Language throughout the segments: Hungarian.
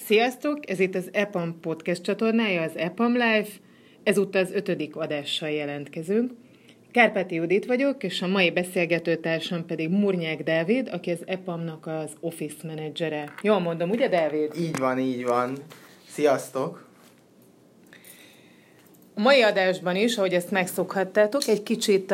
Sziasztok! Ez itt az EPAM podcast csatornája, az EPAM Live. Ezúttal az 5. adással jelentkezünk. Kárpáti Judit vagyok, és a mai beszélgetőtársam pedig Murnyák Dávid, aki az EPAM-nak az office menedzsere. Jól mondom, ugye, Dávid? Így van. Sziasztok! A mai adásban is, ahogy ezt megszokhattátok, egy kicsit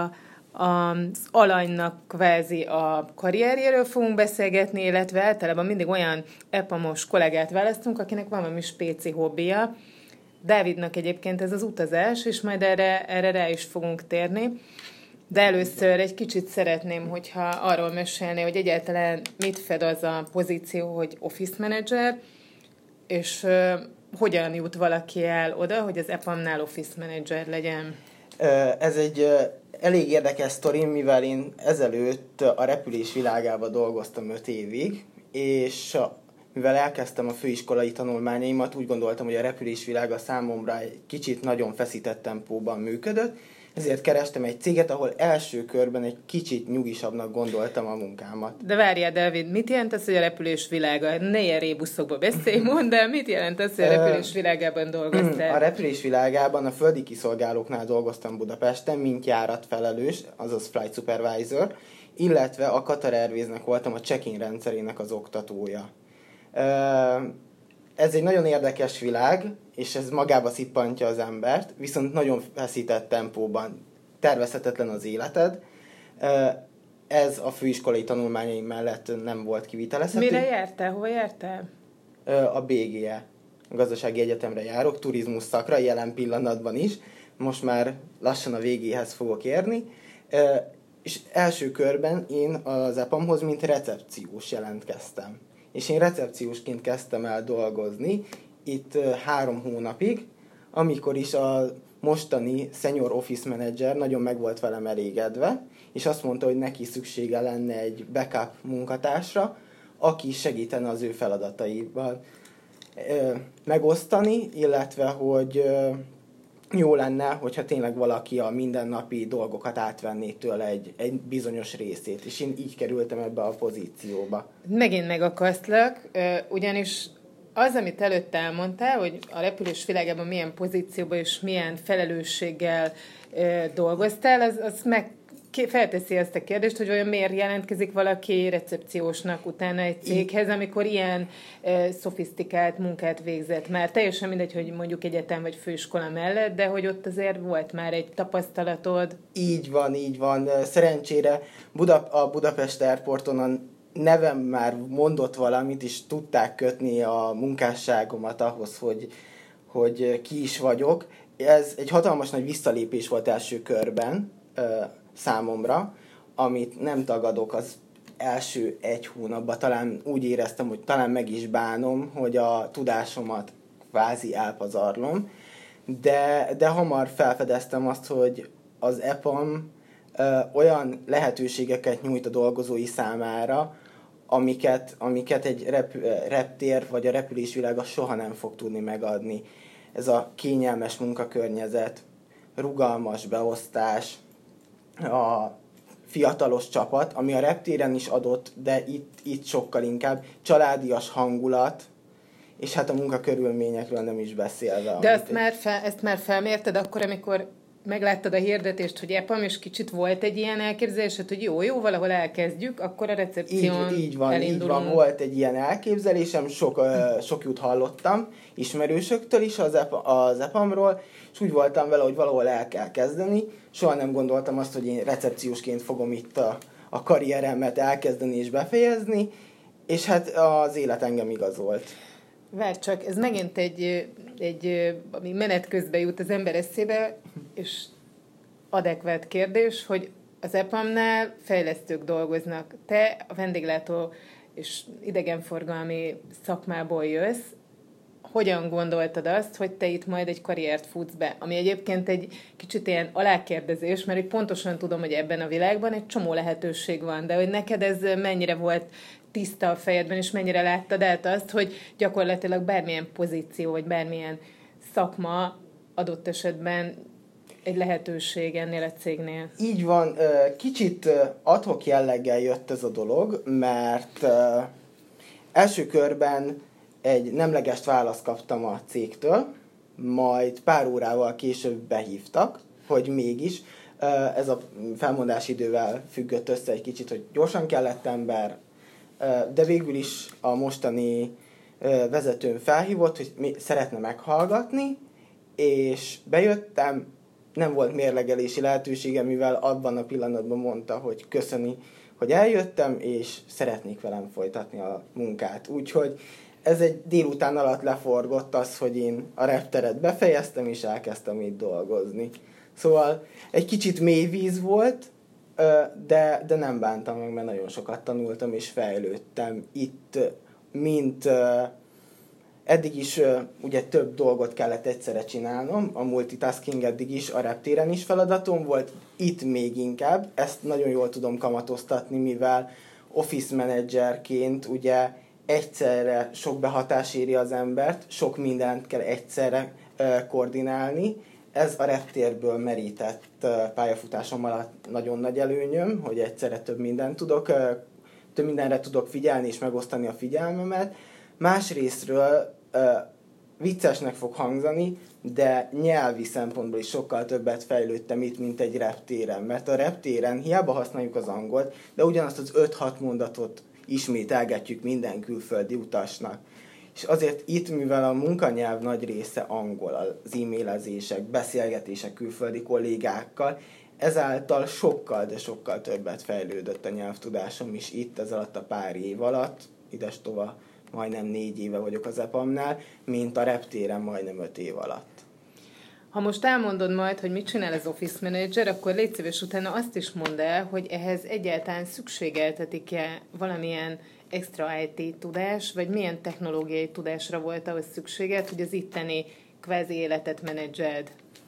az alanynak kvázi a karrierjéről fogunk beszélgetni, illetve általában mindig olyan EPAM-os kollégát választunk, akinek van valami spéci hobbija. Dávidnak egyébként ez az utazás, és majd erre rá is fogunk térni. De először egy kicsit szeretném, hogyha arról mesélné, hogy egyáltalán mit fed az a pozíció, hogy office manager, és hogyan jut valaki el oda, hogy az EPAM-nál office manager legyen. Ez egy elég érdekes sztori, mivel én ezelőtt a repülés világában dolgoztam 5 évig, és mivel elkezdtem a főiskolai tanulmányaimat, úgy gondoltam, hogy a repülés világa számomra egy kicsit nagyon feszített tempóban működött, ezért kerestem egy céget, ahol első körben egy kicsit nyugisabbnak gondoltam a munkámat. De várjál, Dávid, mit jelent az, hogy a repülés világa? Ne ilyen rébuszokba beszélj, mondd el, mit jelent az, hogy a repülés világában dolgoztál? A repülés világában a földi kiszolgálóknál dolgoztam Budapesten, mint járatfelelős, azaz flight supervisor, illetve a Qatar Airwaysnek voltam a check-in rendszerének az oktatója. Ez egy nagyon érdekes világ, és ez magába szippantja az embert, viszont nagyon feszített tempóban, tervezhetetlen az életed. Ez a főiskolai tanulmányaim mellett nem volt kivitelezhető. Mire jártál? Hova jártál? A BGE, a Gazdasági Egyetemre járok, turizmus szakra, jelen pillanatban is. Most már lassan a végéhez fogok érni. És első körben én az EPAM-hoz, mint recepciós jelentkeztem. És én recepciósként kezdtem el dolgozni, itt 3 hónapig, amikor is a mostani senior office manager nagyon meg volt velem elégedve, és azt mondta, hogy neki szüksége lenne egy backup munkatársra, aki segítene az ő feladataival megosztani, illetve hogy jó lenne, hogyha tényleg valaki a mindennapi dolgokat átvenné tőle egy bizonyos részét, és én így kerültem ebbe a pozícióba. Megint megakasztlak, ugyanis az, amit előtte elmondtál, hogy a repülés világában milyen pozícióban és milyen felelősséggel dolgoztál, az felteszi azt a kérdést, hogy olyan miért jelentkezik valaki recepciósnak utána egy céghez, amikor ilyen szofisztikált munkát végzett már. Teljesen mindegy, hogy mondjuk egyetem vagy főiskola mellett, de hogy ott azért volt már egy tapasztalatod. Így van. Szerencsére a Budapest Airporton a nevem már mondott valamit, és tudták kötni a munkásságomat ahhoz, hogy ki is vagyok. Ez egy hatalmas nagy visszalépés volt első körben számomra, amit nem tagadok, az első 1 hónapban talán úgy éreztem, hogy talán meg is bánom, hogy a tudásomat kvázi elpazarlom, de hamar felfedeztem azt, hogy az EPAM olyan lehetőségeket nyújt a dolgozói számára, amiket egy reptér vagy a repülésvilága soha nem fog tudni megadni. Ez a kényelmes munkakörnyezet, rugalmas beosztás, a fiatalos csapat, ami a reptéren is adott, de itt sokkal inkább családias hangulat, és hát a munkakörülményekről nem is beszélve. De ezt már felmérted akkor, amikor megláttad a hirdetést, hogy EPAM, és kicsit volt egy ilyen elképzelésed, hogy jó, valahol elkezdjük, akkor a recepción így van, volt egy ilyen elképzelésem, sok jut hallottam ismerősöktől is az EPAM-ról, és úgy voltam vele, hogy valahol el kell kezdeni. Soha nem gondoltam azt, hogy én recepciósként fogom itt a karrieremet elkezdeni és befejezni, és hát az élet engem igazolt. Várj csak, ez megint ami menet közben jut az ember eszébe, és adekvát kérdés, hogy az EPAM-nál fejlesztők dolgoznak. Te a vendéglátó és idegenforgalmi szakmából jössz, hogyan gondoltad azt, hogy te itt majd egy karriert futsz be? Ami egyébként egy kicsit ilyen alákérdezés, mert pontosan tudom, hogy ebben a világban egy csomó lehetőség van, de hogy neked ez mennyire volt tiszta a fejedben, és mennyire láttad át azt, hogy gyakorlatilag bármilyen pozíció, vagy bármilyen szakma adott esetben egy lehetőség ennél a cégnél? Így van, kicsit ad-hoc jelleggel jött ez a dolog, mert első körben egy nemlegest választ kaptam a cégtől, majd pár órával később behívtak, hogy mégis. Ez a felmondási idővel függött össze egy kicsit, hogy gyorsan kellett ember, de végül is a mostani vezetőm felhívott, hogy szeretne meghallgatni, és bejöttem, nem volt mérlegelési lehetősége, mivel abban a pillanatban mondta, hogy köszöni, hogy eljöttem, és szeretnék velem folytatni a munkát. Úgyhogy ez egy délután alatt leforgott az, hogy én a repteret befejeztem, és elkezdtem itt dolgozni. Szóval egy kicsit mély víz volt, de nem bántam meg, mert nagyon sokat tanultam, és fejlődtem itt, mint eddig is ugye több dolgot kellett egyszerre csinálnom, a multitasking eddig is, a reptéren is feladatom volt, itt még inkább, ezt nagyon jól tudom kamatoztatni, mivel office managerként ugye egyszerre sok behatás éri az embert, sok mindent kell egyszerre koordinálni. Ez a reptérből merített pályafutásom alatt nagyon nagy előnyöm, hogy egyszerre több mindenre tudok figyelni és megosztani a figyelmemet. Másrésztről viccesnek fog hangzani, de nyelvi szempontból is sokkal többet fejlődtem itt, mint egy reptéren. Mert a reptéren hiába használjuk az angolt, de ugyanazt az 5-6 mondatot ismételgetjük minden külföldi utasnak. És azért itt, mivel a munkanyelv nagy része angol, az e-mailezések, beszélgetések külföldi kollégákkal, ezáltal sokkal, de sokkal többet fejlődött a nyelvtudásom is itt, ez alatt a pár év alatt, idestova majdnem 4 éve vagyok az EPAM-nál, mint a reptéren majdnem 5 év alatt. Ha most elmondod majd, hogy mit csinál az Office Manager, akkor légy szíves utána azt is mondd el, hogy ehhez egyáltalán szükségeltetik-e valamilyen extra IT tudás, vagy milyen technológiai tudásra volt ahhoz szükséged, hogy az itteni kvázi életet menedzseld?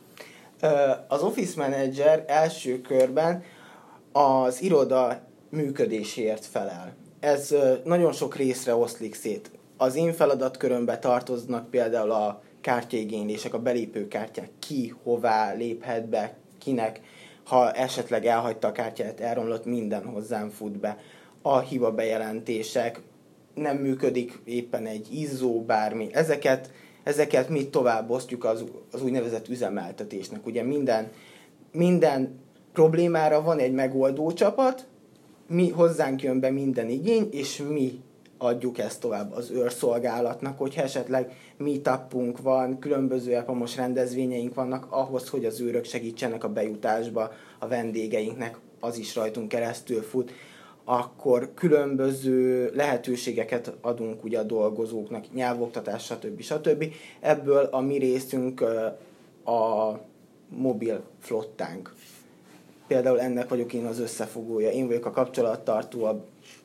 Az Office Manager első körben az iroda működéséért felel. Ez nagyon sok részre oszlik szét. Az én feladatkörömbe tartoznak például a kártyaigénylések, a belépőkártyák, ki, hová léphet be, kinek, ha esetleg elhagyta a kártyát, elromlott, minden hozzám fut be. A hiba bejelentések, nem működik éppen egy izzó, bármi. Ezeket mi tovább osztjuk az úgynevezett üzemeltetésnek. Ugye minden problémára van egy megoldó csapat, mi hozzánk jön be minden igény, és mi adjuk ezt tovább az őrszolgálatnak, hogyha esetleg meetupunk van, különböző EPAM-os rendezvényeink vannak ahhoz, hogy az őrök segítsenek a bejutásba a vendégeinknek, az is rajtunk keresztül fut, akkor különböző lehetőségeket adunk ugye a dolgozóknak, nyelvoktatás, stb. Ebből a mi részünk a mobil flottánk. Például ennek vagyok én az összefogója. Én vagyok a kapcsolattartó a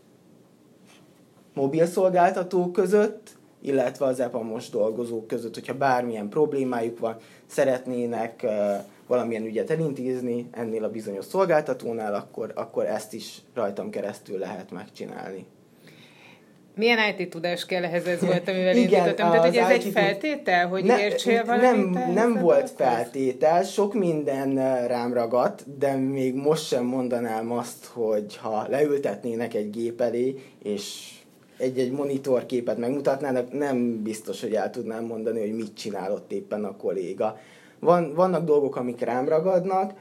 mobil szolgáltatók között, illetve az EPAM-os dolgozók között, hogyha bármilyen problémájuk van, szeretnének valamilyen ügyet elintézni ennél a bizonyos szolgáltatónál, akkor ezt is rajtam keresztül lehet megcsinálni. Milyen IT tudás kell ehhez, ez volt, amivel indítottam? Tehát, hogy ez egy feltétel, hogy értsél valamit? Nem volt feltétel, sok minden rám ragadt, de még most sem mondanám azt, hogy ha leültetnének egy gép elé, és egy monitorképet megmutatnának, nem biztos, hogy el tudnám mondani, hogy mit csinál ott éppen a kolléga. Vannak dolgok, amik rám ragadnak,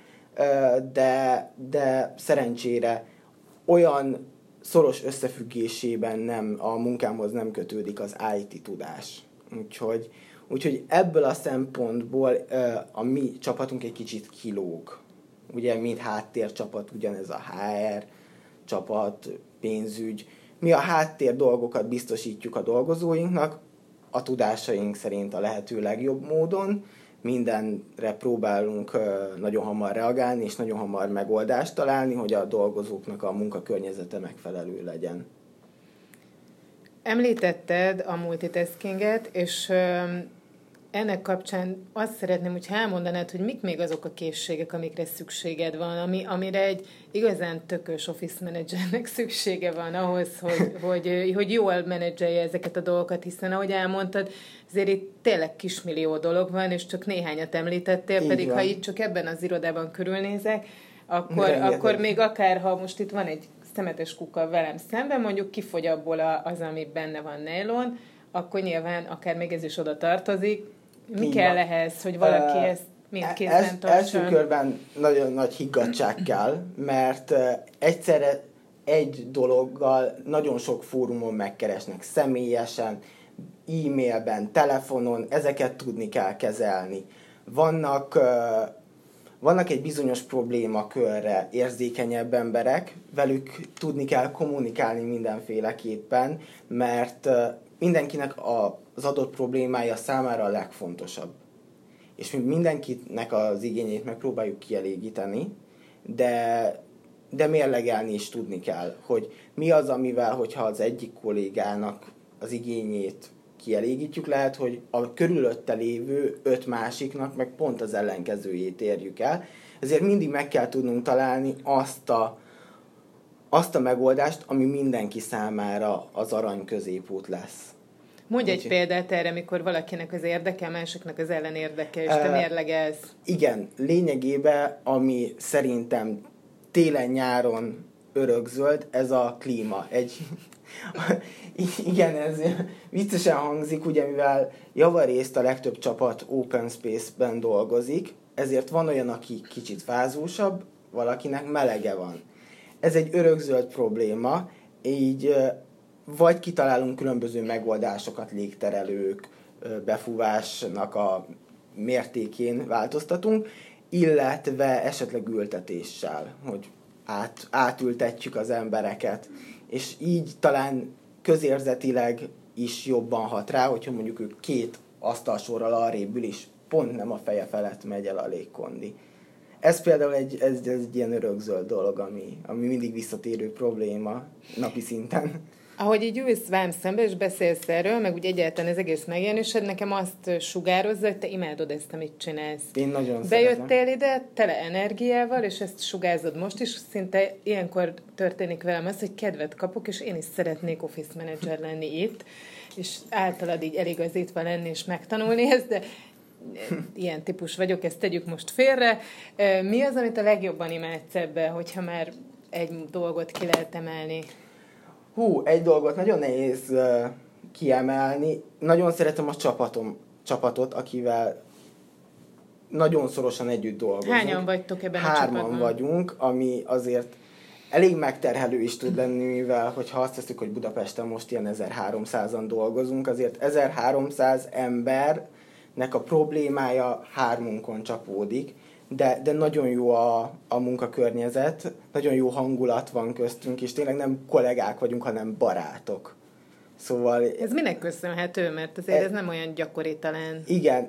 de szerencsére olyan szoros összefüggésében a munkámhoz nem kötődik az IT tudás. Úgyhogy ebből a szempontból a mi csapatunk egy kicsit kilóg. Ugye, mint háttércsapat, ugyanez a HR csapat, pénzügy. Mi a háttér dolgokat biztosítjuk a dolgozóinknak, a tudásaink szerint a lehető legjobb módon, mindenre próbálunk nagyon hamar reagálni, és nagyon hamar megoldást találni, hogy a dolgozóknak a munkakörnyezete megfelelő legyen. Említetted a multitaskinget, és ennek kapcsán azt szeretném, hogy elmondanád, hogy mik még azok a készségek, amikre szükséged van, amire egy igazán tökös office managernek szüksége van ahhoz, hogy jól menedzselje ezeket a dolgokat, hiszen ahogy elmondtad, azért itt tényleg kismillió dolog van, és csak néhányat említettél, pedig ha itt csak ebben az irodában körülnézek, akkor még akár, ha most itt van egy szemetes kuka velem szemben, mondjuk kifogy abból az, ami benne van nylon, akkor nyilván akár még ez is oda tartozik. Mi Így kell van. ehhez, hogy valaki ezt mind kézben tartson? Első körben nagyon nagy higgadtság kell, mert egyszerre egy dologgal nagyon sok fórumon megkeresnek, személyesen, e-mailben, telefonon, ezeket tudni kell kezelni. Vannak egy bizonyos problémakörre érzékenyebb emberek, velük tudni kell kommunikálni mindenféleképpen, mert mindenkinek az adott problémája számára a legfontosabb. És mi mindenkinek az igényét megpróbáljuk kielégíteni, de mérlegelni is tudni kell, hogy mi az, amivel, hogyha az egyik kollégának az igényét kielégítjük, lehet, hogy a körülötte lévő 5 másiknak meg pont az ellenkezőjét érjük el. Ezért mindig meg kell tudnunk találni azt a megoldást, ami mindenki számára az arany középút lesz. Mondj egy példát erre, mikor valakinek az érdeke, a másiknak az ellenérdeke, és te mérlegelsz. Igen, lényegében, ami szerintem télen-nyáron örökzöld, ez a klíma. Igen, ez viccesen hangzik, ugye, mivel javarészt a legtöbb csapat Open Space-ben dolgozik, ezért van olyan, aki kicsit fázósabb, valakinek melege van. Ez egy örökzöld probléma, így vagy kitalálunk különböző megoldásokat, légterelők, befúvásnak a mértékén változtatunk, illetve esetleg ültetéssel, hogy átültetjük az embereket, és így talán közérzetileg is jobban hat rá, hogyha mondjuk ők 2 asztalsorral arrébb ül is, pont nem a feje felett megy el a légkondi. Ez például egy ilyen örökzöld dolog, ami mindig visszatérő probléma napi szinten. Ahogy így ülsz velem szembe, és beszélsz erről, meg úgy egyáltalán az egész megjelenésed, nekem azt sugározza, hogy te imádod ezt, amit csinálsz. Én nagyon Bejöttél szeretem. ide, tele energiával, és ezt sugárzod most is, szinte ilyenkor történik velem az, hogy kedvet kapok, és én is szeretnék office manager lenni itt, és általad így eligazítva lenni, és megtanulni ezt, de ilyen típus vagyok, ezt tegyük most félre. Mi az, amit a legjobban imádsz ebben, hogyha már egy dolgot ki lehet emelni? Egy dolgot nagyon nehéz kiemelni. Nagyon szeretem a csapatot, akivel nagyon szorosan együtt dolgozunk. Hányan vagytok ebben a csapatban? 3 vagyunk, ami azért elég megterhelő is tud lenni, mivel hogyha azt tesszük, hogy Budapesten most ilyen 1300-an dolgozunk, azért 1300 embernek a problémája 3-unkon csapódik, de nagyon jó a munkakörnyezet, nagyon jó hangulat van köztünk, és tényleg nem kollégák vagyunk, hanem barátok. Szóval... Ez minek köszönhető? Mert azért ez nem olyan gyakori talán. Igen.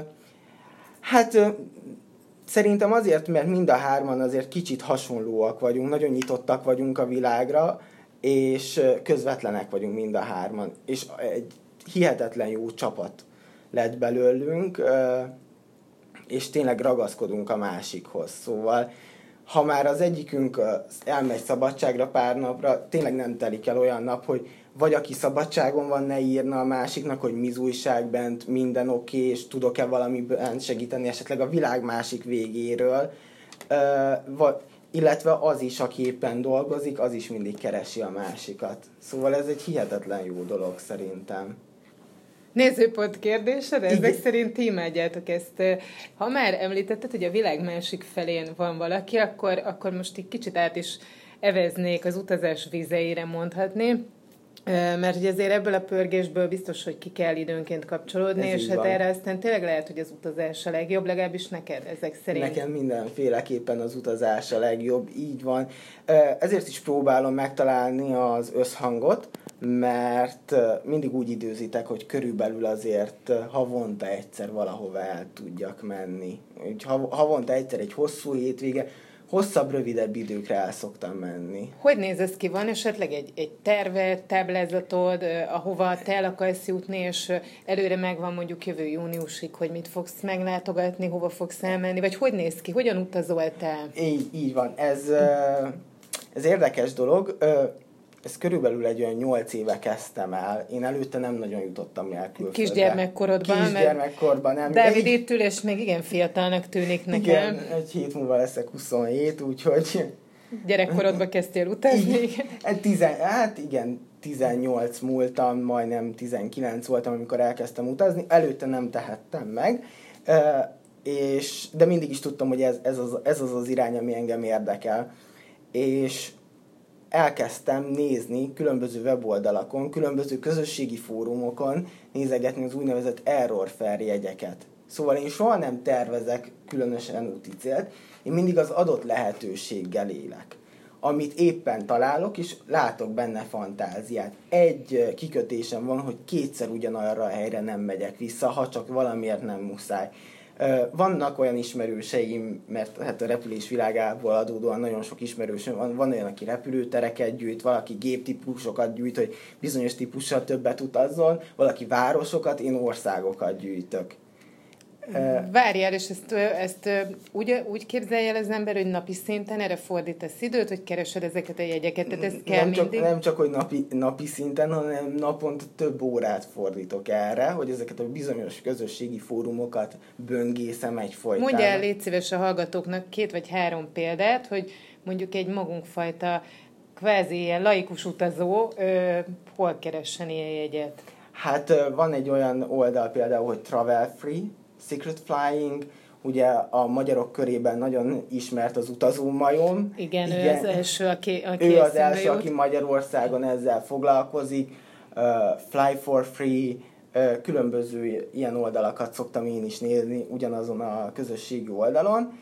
Szerintem azért, mert mind a 3-an azért kicsit hasonlóak vagyunk, nagyon nyitottak vagyunk a világra, és közvetlenek vagyunk mind a 3-an. És egy hihetetlen jó csapat lett belőlünk, és tényleg ragaszkodunk a másikhoz. Szóval, ha már az egyikünk elmegy szabadságra pár napra, tényleg nem telik el olyan nap, hogy vagy aki szabadságon van, ne írna a másiknak, hogy mi újság bent, minden oké, és tudok-e valamiben segíteni esetleg a világ másik végéről. Illetve az is, aki éppen dolgozik, az is mindig keresi a másikat. Szóval ez egy hihetetlen jó dolog szerintem. Nézőpont kérdése, de ezek szerint ti imádjátok ezt. Ha már említetted, hogy a világ másik felén van valaki, akkor most egy kicsit át is eveznék az utazás vizeire, mondhatni. Mert ugye azért ebből a pörgésből biztos, hogy ki kell időnként kapcsolódni, és hát erre aztán tényleg lehet, hogy az utazás a legjobb, legalábbis neked ezek szerint. Nekem mindenféleképpen az utazás a legjobb, így van. Ezért is próbálom megtalálni az összhangot, mert mindig úgy időzitek, hogy körülbelül azért havonta egyszer valahova el tudjak menni. Úgy havonta egyszer egy hosszú hétvége, hosszabb, rövidebb időkre el szoktam menni. Hogy néz ez ki? Van esetleg egy terved, táblázatod, ahova te el akarsz jutni, és előre megvan mondjuk jövő júniusig, hogy mit fogsz meglátogatni, hova fogsz elmenni, vagy hogy néz ki? Hogyan utazol te? Így van. Ez érdekes dolog. Ez körülbelül egy olyan 8 éve kezdtem el. Én előtte nem nagyon jutottam el külföldre. Kisgyermekkorban nem. Dávid itt ül, és még igen fiatalnak tűnik nekem. Igen, egy hét múlva leszek 27, úgyhogy... Gyerekkorodban kezdtél utazni? Hát igen, 18 múltam, majdnem 19 voltam, amikor elkezdtem utazni. Előtte nem tehettem meg, de mindig is tudtam, hogy ez az irány, ami engem érdekel. És elkezdtem nézni különböző weboldalakon, különböző közösségi fórumokon, nézegetni az úgynevezett error-fair jegyeket. Szóval én soha nem tervezek különösen úti célt, én mindig az adott lehetőséggel élek. Amit éppen találok, és látok benne fantáziát. Egy kikötésem van, hogy kétszer ugyanarra a helyre nem megyek vissza, ha csak valamiért nem muszáj. Vannak olyan ismerőseim, mert hát a repülés világából adódóan nagyon sok ismerősöm van olyan, aki repülőtereket gyűjt, valaki géptípusokat gyűjt, hogy bizonyos típussal többet utazzon, valaki városokat, én országokat gyűjtök. Várjál, és ezt úgy képzelje el az ember, hogy napi szinten erre fordítasz időt, hogy keresed ezeket a jegyeket, tehát ez kell mindig? Nem csak, hogy napi szinten, hanem naponta több órát fordítok erre, hogy ezeket a bizonyos közösségi fórumokat böngészem egyfolytán. Mondja el, légy szíves a hallgatóknak 2 vagy 3 példát, hogy mondjuk egy magunkfajta kvázi ilyen laikus utazó hol keressen ilyen jegyet? Hát van egy olyan oldal például, hogy Travel Free, Secret Flying, ugye a magyarok körében nagyon ismert az utazómajom. Igen, ő az első, aki ő az első, aki Magyarországon ezzel foglalkozik. Fly for Free, különböző ilyen oldalakat szoktam én is nézni ugyanazon a közösségi oldalon.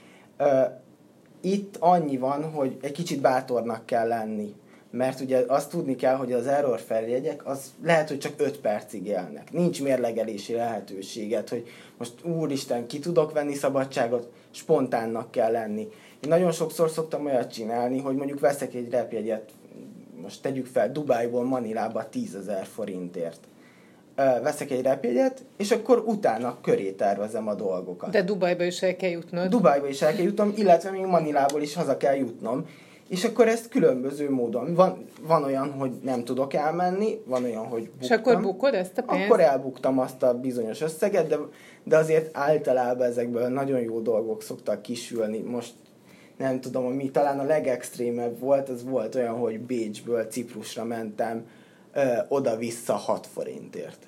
Itt annyi van, hogy egy kicsit bátornak kell lenni. Mert ugye azt tudni kell, hogy az error-fair jegyek, az lehet, hogy csak 5 percig élnek. Nincs mérlegelési lehetőséget, hogy most úristen, ki tudok venni szabadságot, spontánnak kell lenni. Én nagyon sokszor szoktam olyat csinálni, hogy mondjuk veszek egy repjegyet, most tegyük fel Dubájból Manilába 10 000 forintért. Veszek egy repjegyet, és akkor utána köré tervezem a dolgokat. De Dubajba is el kell jutnod. Dubajba is el kell jutnom, illetve még Manilából is haza kell jutnom. És akkor ezt különböző módon. Van olyan, hogy nem tudok elmenni, van olyan, hogy buktam. És akkor bukod ezt a pénzt? Akkor elbuktam azt a bizonyos összeget, de azért általában ezekből nagyon jó dolgok szoktak kisülni. Most nem tudom, ami talán a legextrémebb volt, az volt olyan, hogy Bécsből Ciprusra mentem oda-vissza 6 forintért.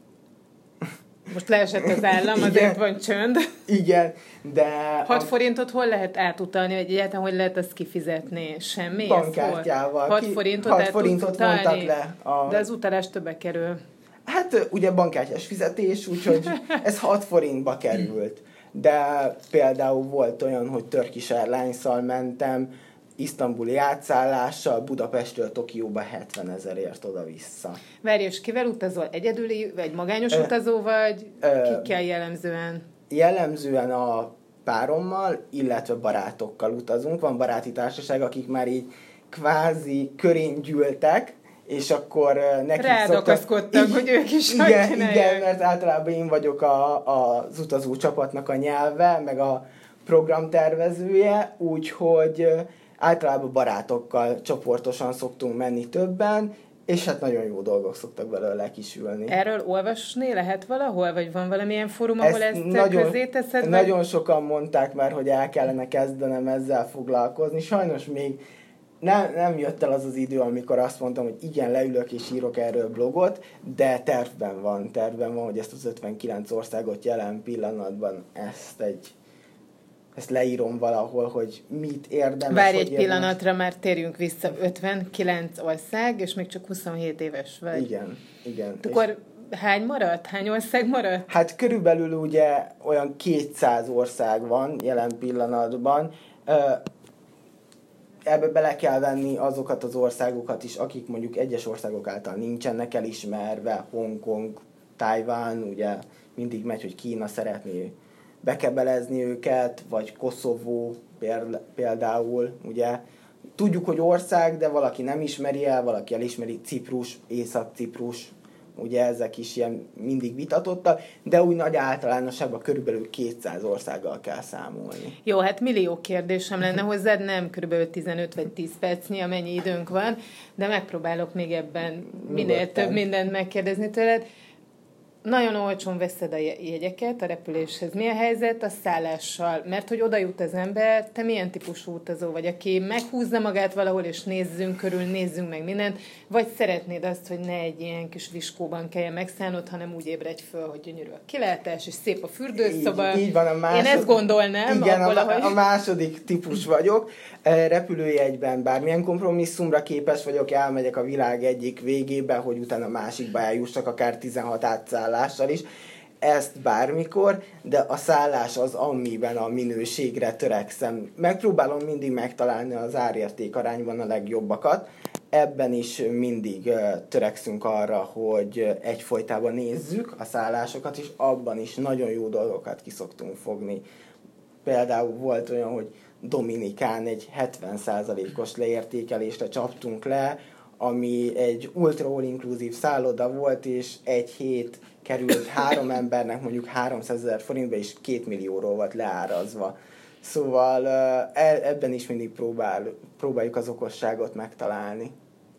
Most leesett az állam, azért van csönd. Igen, de... 6 forintot hol lehet átutalni, vagy egyáltalán hogy lehet azt kifizetni? Semmi? Bankkártyával. 6 forintot 6 forintot mondtak le. De az utalás többe kerül. Hát ugye bankkártyás fizetés, úgyhogy ez 6 forintba került. De például volt olyan, hogy Turkish Airlines-szal mentem, isztambuli átszállással, Budapestről Tokióba 70 000-ért oda-vissza. Várj, és kivel utazol? Egyedüli, vagy magányos utazó, vagy kikkel jellemzően? Jellemzően a párommal, illetve barátokkal utazunk. Van baráti társaság, akik már így kvázi körén gyűltek, és akkor nekik rádakaszkodtak, hogy ők is igen, mert általában én vagyok az utazó csapatnak a nyelve, meg a programtervezője, úgyhogy általában barátokkal csoportosan szoktunk menni többen, és hát nagyon jó dolgok szoktak belőle kisülni. Erről olvasni lehet valahol, vagy van valamilyen fórum, ahol ezt közé teszed? Nagyon sokan mondták már, hogy el kellene kezdenem ezzel foglalkozni. Sajnos még nem jött el az az idő, amikor azt mondtam, hogy igen, leülök és írok erről blogot, de tervben van, hogy ezt az 59 országot jelen pillanatban ezt leírom valahol, hogy mit érdemes. Várj egy pillanatra, már térjünk vissza, 59 ország, és még csak 27 éves vagy. Igen. Akkor hány maradt? Hány ország maradt? Hát körülbelül ugye olyan 200 ország van jelen pillanatban. Ebbe bele kell venni azokat az országokat is, akik mondjuk egyes országok által nincsenek elismerve, Hongkong, Tajván, ugye mindig megy, hogy Kína szeretné bekebelezni őket, vagy Koszovó például, ugye. Tudjuk, hogy ország, de valaki nem ismeri el, valaki elismeri, Ciprus, Észak-Ciprus, ugye ezek is ilyen mindig vitatottak, de úgy nagy általánosságban körülbelül 200 országgal kell számolni. Jó, hát millió kérdésem lenne hozzád, nem körülbelül 15 vagy 10 percnyi, amennyi időnk van, de megpróbálok még ebben minél több mindent megkérdezni tőled. nagyon olcsón veszed a jegyeket a repüléshez. Mi a helyzet a szállással? Mert hogy oda jut az ember, te milyen típusú utazó vagy, aki meghúzza magát valahol, és nézzünk körül, nézzünk meg mindent, vagy szeretnéd azt, hogy ne egy ilyen kis viskóban kelljen megszállnod, hanem úgy ébredj föl, hogy gyönyörű a kilátás, és szép a fürdőszoba. Így van, Én ezt gondolnám. Igen, a második típus vagyok. Repülőjegyben bármilyen kompromisszumra képes vagyok, elmegyek a világ egyik végébe, hogy utána a másikba eljussak, akár 16 átszállással is. Ezt bármikor, de a szállás az, amiben a minőségre törekszem. Megpróbálom mindig megtalálni az árérték arányban a legjobbakat. Ebben is mindig törekszünk arra, hogy egyfolytában nézzük a szállásokat, és abban is nagyon jó dolgokat ki szoktunk fogni. Például volt olyan, hogy Dominikán egy 70%-os leértékelésre csaptunk le, ami egy ultra all-inclusive szálloda volt, és egy hét került 3 embernek mondjuk 300 000 forintba, és 2 millióról volt leárazva. Szóval ebben is mindig próbáljuk az okosságot megtalálni.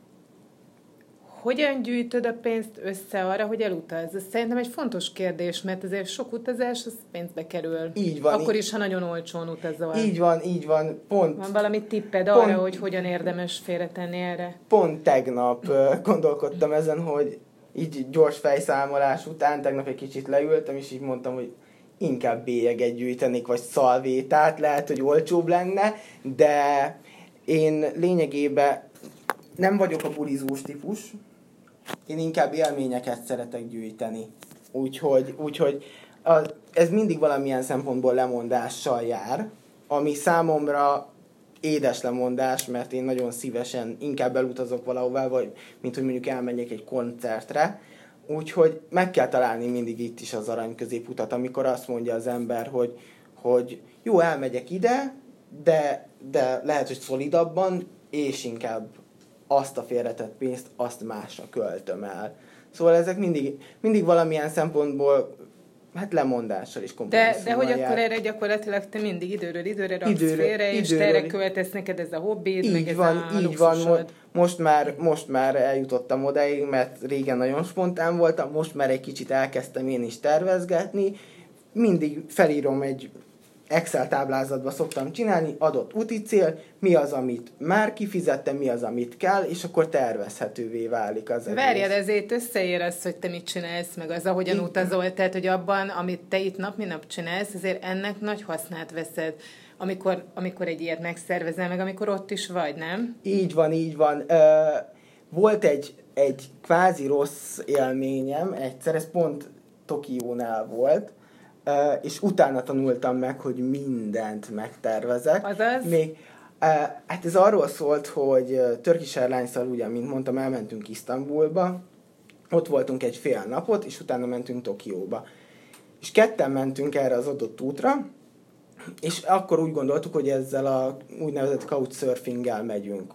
Hogyan gyűjtöd a pénzt össze arra, hogy elutazz? Ez szerintem egy fontos kérdés, mert azért sok utazás, az pénzbe kerül. Így van. Akkor is, ha nagyon olcsón utazol. Így van. Van valami tipped arra, hogy hogyan érdemes félretenni erre? Pont tegnap gondolkodtam ezen, hogy így gyors fejszámolás után, tegnap egy kicsit leültem, és így mondtam, hogy inkább bélyeget gyűjtenék, vagy szalvétát, lehet, hogy olcsóbb lenne, de én lényegében nem vagyok a bulizós típus, én inkább élményeket szeretek gyűjteni. Úgyhogy ez mindig valamilyen szempontból lemondással jár, ami számomra édes lemondás, mert én nagyon szívesen inkább elutazok valahová, vagy mint hogy mondjuk elmenjek egy koncertre. Úgyhogy meg kell találni mindig itt is az arany középutat, amikor azt mondja az ember, hogy jó, elmegyek ide, de lehet, hogy szolidabban, és inkább azt a félretett pénzt, azt másra költöm el. Szóval ezek mindig valamilyen szempontból lemondással is kompromisszummal De hogy jár. akkor erre gyakorlatilag te mindig időről időre raksz félre, és te erre költesz, neked ez a hobbid, meg ez a luxusod. Most már eljutottam odáig, mert régen nagyon spontán voltam, most már egy kicsit elkezdtem én is tervezgetni, mindig felírom egy Excel táblázatba szoktam csinálni, adott úti cél, mi az, amit már kifizettem, mi az, amit kell, és akkor tervezhetővé válik az egész. Várjál, ezért összeér az, hogy te mit csinálsz, meg az, ahogyan utazol, tehát, hogy abban, amit te itt nap, mint nap csinálsz, azért ennek nagy hasznát veszed, amikor egy ilyet megszervezel, meg amikor ott is vagy, nem? Így van. Volt egy kvázi rossz élményem egyszer, ez pont Tokiónál volt, és utána tanultam meg, hogy mindent megtervezek. Azaz? Hát ez arról szólt, hogy Turkish Airlines-szal, ugye, mint mondtam, elmentünk Isztambulba, ott voltunk egy fél napot, és utána mentünk Tokióba. És ketten mentünk erre az adott útra, és akkor úgy gondoltuk, hogy ezzel a úgynevezett couchsurfinggel megyünk.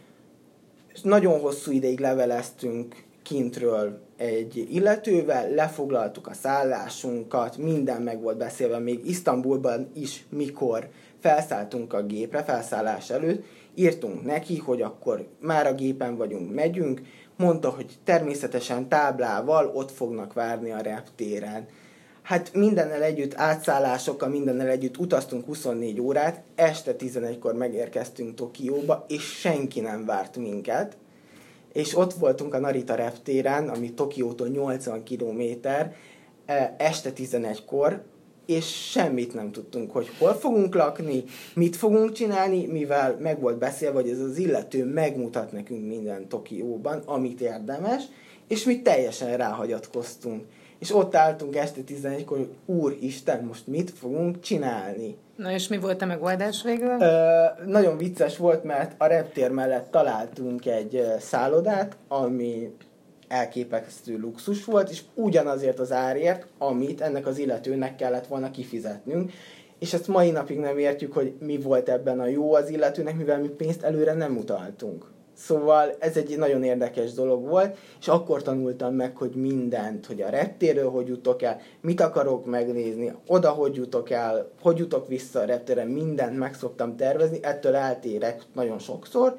És nagyon hosszú ideig leveleztünk kintről egy illetővel, lefoglaltuk a szállásunkat, minden meg volt beszélve, még Isztambulban is, mikor felszálltunk a gépre, felszállás előtt, írtunk neki, hogy akkor már a gépen vagyunk, megyünk, mondta, hogy természetesen táblával ott fognak várni a reptéren. Hát mindennel együtt, átszállásokkal, mindennel együtt utaztunk 24 órát, este 11-kor megérkeztünk Tokióba, és senki nem várt minket. És ott voltunk a Narita reptéren, ami Tokiótól 80 kilométer, este 11-kor, és semmit nem tudtunk, hogy hol fogunk lakni, mit fogunk csinálni, mivel meg volt beszélve, hogy ez az illető megmutat nekünk minden Tokióban, amit érdemes, és mi teljesen ráhagyatkoztunk. És ott álltunk este 11-kor, hogy Úristen, most mit fogunk csinálni? Na és mi volt a megoldás végül? Nagyon vicces volt, mert a reptér mellett találtunk egy szállodát, ami elképesztő luxus volt, és ugyanazért az árért, amit ennek az illetőnek kellett volna kifizetnünk. És ezt mai napig nem értjük, hogy mi volt ebben a jó az illetőnek, mivel mi pénzt előre nem utaltunk. Szóval ez egy nagyon érdekes dolog volt, és akkor tanultam meg, hogy mindent, hogy a reptérről hogy jutok el, mit akarok megnézni, oda hogy jutok el, hogy jutok vissza a reptérre, mindent meg szoktam tervezni, ettől eltérek nagyon sokszor,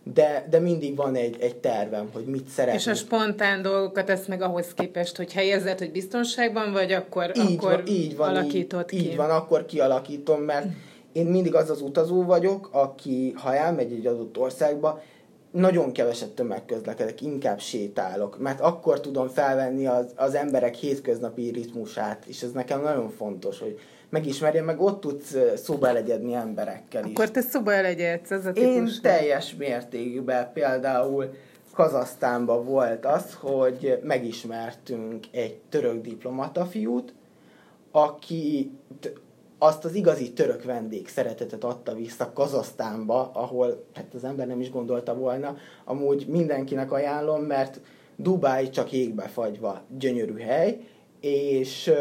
de mindig van egy tervem, hogy mit szeretnék. És a spontán dolgokat ezt meg ahhoz képest, hogy érzed, hogy biztonságban vagy, akkor alakítod ki. Így van, akkor kialakítom, mert én mindig az utazó vagyok, aki, ha elmegy egy adott országba, nagyon keveset tömegközlekedek, inkább sétálok, mert akkor tudom felvenni az emberek hétköznapi ritmusát, és ez nekem nagyon fontos, hogy megismerjem, meg ott tudsz szóba elegyedni emberekkel is. Akkor te szóba elegyedsz, ez a típus? Én teljes mértékben, például Kazahsztánban volt az, hogy megismertünk egy török diplomata fiút, aki azt az igazi török vendég szeretetet adta vissza Kazahsztánba, ahol hát az ember nem is gondolta volna. Amúgy mindenkinek ajánlom, mert Dubáj csak jégbe fagyva gyönyörű hely, és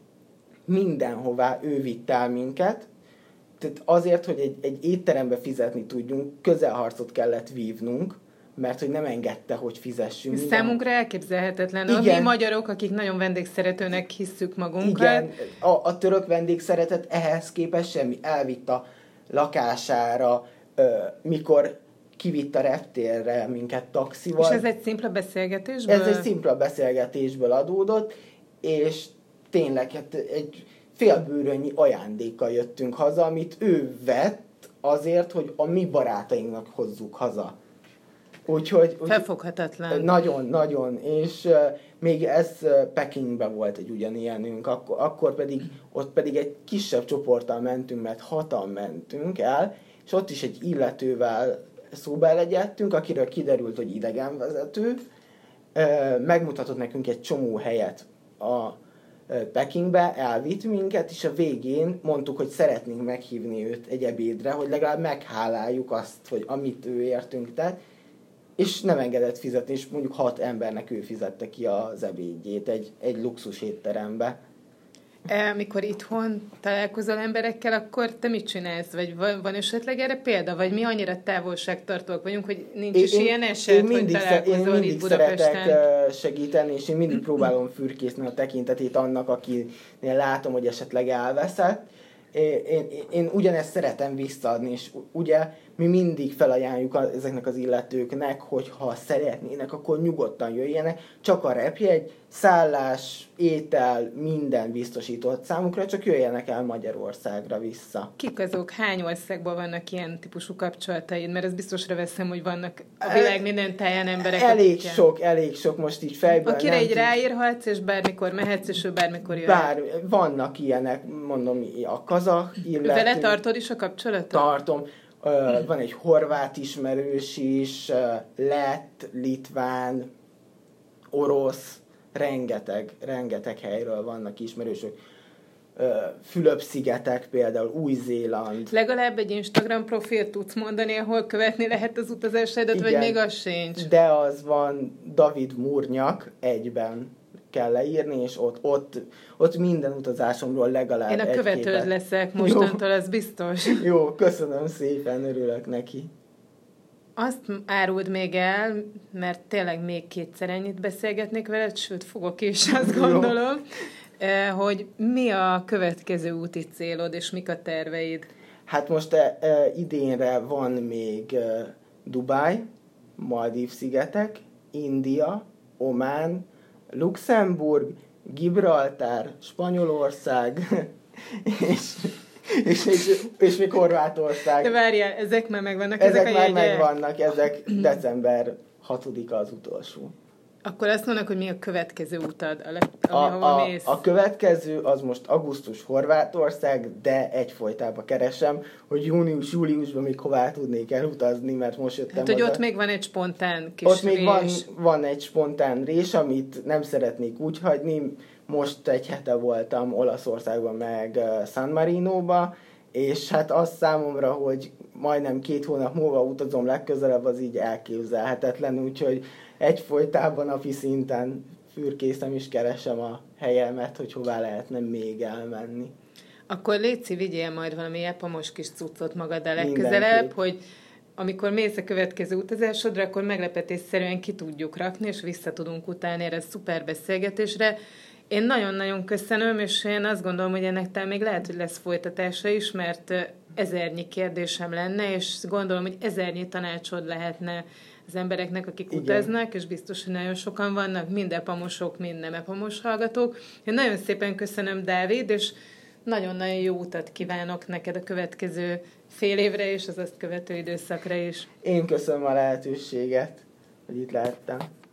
mindenhová ő vitt el minket. Tehát azért, hogy egy étterembe fizetni tudjunk, közelharcot kellett vívnunk, mert hogy nem engedte, hogy fizessünk. Számunkra elképzelhetetlen. Igen. Mi magyarok, akik nagyon vendégszeretőnek hisszük magunkat. Igen, a török vendégszeretet ehhez képest semmi. Elvitt a lakására, mikor kivitt a reptérre minket taxival. És ez egy szimpla beszélgetésből? Ez egy szimpla beszélgetésből adódott, és tényleg hát egy félbőrönnyi ajándékkal jöttünk haza, amit ő vett azért, hogy a mi barátainknak hozzuk haza. Úgyhogy felfoghatatlan. Nagyon, és még ez Pekingben volt egy ugyanilyenünk, ott pedig egy kisebb csoporttal mentünk, mert 6-an mentünk el, és ott is egy illetővel szóba elegyedtünk, akiről kiderült, hogy idegenvezető, megmutatott nekünk egy csomó helyet a Pekingbe, elvitt minket, és a végén mondtuk, hogy szeretnénk meghívni őt egy ebédre, hogy legalább megháláljuk azt, hogy amit ő értünk tett, és nem engedett fizetni, és mondjuk 6 embernek ő fizette ki az ebédjét egy luxus étterembe. Amikor itthon találkozol emberekkel, akkor te mit csinálsz? Vagy van esetleg erre példa? Vagy mi annyira távolságtartóak vagyunk, hogy nincs is ilyen eset, hogy találkozol itt Budapesten? Én mindig szeretek segíteni, és én mindig próbálom fürkészni a tekintetét annak, akinél látom, hogy esetleg elveszett. Én ugyanezt szeretem visszaadni, és ugye mi mindig felajánljuk ezeknek az illetőknek, hogy ha szeretnének, akkor nyugodtan jöjjenek, csak a repjegy, szállás, étel, minden biztosított számukra, csak jöjjenek el Magyarországra vissza. Kik azok? Hány országban vannak ilyen típusú kapcsolataid? Mert ez biztosra veszem, hogy vannak a világ minden táján emberek. Elég sok most így fejből. Akire így ráírhatsz, és bármikor mehetsz, és ő bármikor jöhet. Vannak ilyenek, mondom, a kazah illető. Vele tartod is a kapcsolatot? Tartom. Van egy horvát ismerős is, lett, litván, orosz, rengeteg helyről vannak ismerősök. Fülöp-szigetek például, Új-Zéland. Legalább egy Instagram profilt tudsz mondani, ahol követni lehet az utazásaidat, vagy még az sincs? De az van, David Múrnyak, egyben kell leírni, és ott minden utazásomról legalább én a követőd leszek mostantól, ez biztos. Jó, köszönöm szépen, örülök neki. Azt áruld még el, mert tényleg még kétszer ennyit beszélgetnék veled, sőt, fogok is, azt gondolom, hogy mi a következő úti célod, és mik a terveid? Hát most idénre van még Dubáj, Maldív-szigetek, India, Omán, Luxemburg, Gibraltár, Spanyolország, és még Horvátország. De várjál, ezek már megvannak? Ezek már megvannak, ezek december 6-a az utolsó. Akkor azt mondnak, hogy mi a következő utad, ahova mész? A következő az most augusztus Horvátország, de egyfolytában keresem, hogy június-júliusban még hová tudnék elutazni, mert most jöttem hát, hogy ott még van egy spontán kis ott még van egy spontán rés, amit nem szeretnék úgy hagyni. Most egy hete voltam Olaszországban, meg San Marinóba, és hát az számomra, hogy majdnem 2 hónap múlva utazom legközelebb, az így elképzelhetetlen, úgyhogy egyfolytában napi szinten fürkészem és keresem a helyemet, hogy hová lehetne még elmenni. Akkor létszi, vigyél majd valami epamos kis cuccot magaddal legközelebb, hogy amikor mész a következő utazásodra, akkor meglepetésszerűen ki tudjuk rakni, és vissza tudunk utálni erre a szuper beszélgetésre. Én nagyon-nagyon köszönöm, és én azt gondolom, hogy ennek még lehet, hogy lesz folytatása is, mert ezernyi kérdésem lenne, és gondolom, hogy ezernyi tanácsod lehetne az embereknek, akik utaznak, és biztos, hogy nagyon sokan vannak, mind epamosok, mind nem epamos hallgatók. Én nagyon szépen köszönöm, Dávid, és nagyon-nagyon jó utat kívánok neked a következő fél évre, és az azt követő időszakra is. Én köszönöm a lehetőséget, hogy itt lehettem.